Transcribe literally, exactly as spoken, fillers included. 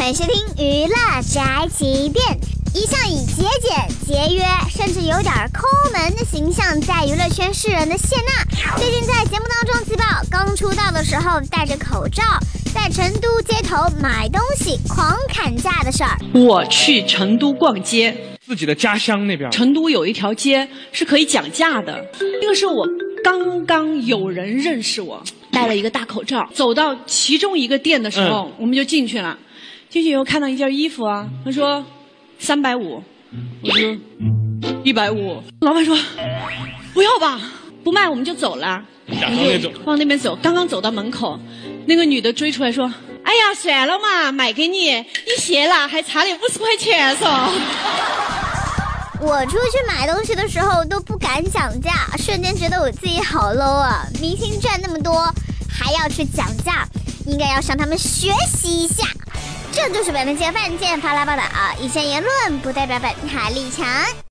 欢迎收听娱乐宅急便。一向以节俭、节约，甚至有点抠门的形象在娱乐圈示人的谢娜，最近在节目当中自曝，刚出道的时候戴着口罩，在成都街头买东西狂砍价的事儿。 我去成都逛街， 自己的家乡那边， 成都有一条街是可以讲价的。那个时候我刚刚有人认识我，戴了一个大口罩，走到其中一个店的时候，嗯、我们就进去了。进去以后看到一件衣服啊，他说三百五，我说一百五。老板说不要吧，不卖我们就走了。 假装那种往那边走，刚刚走到门口，那个女的追出来说：“哎呀，算了嘛，卖给你，你谢了，还差你五十块钱嗦。” 我出去买东西的时候都不敢讲价，瞬间觉得我自己好 low 啊！明星赚那么多，还要去讲价，应该要向他们学习一下。这就是本期饭店发来报道，以上言论不代表本台立场。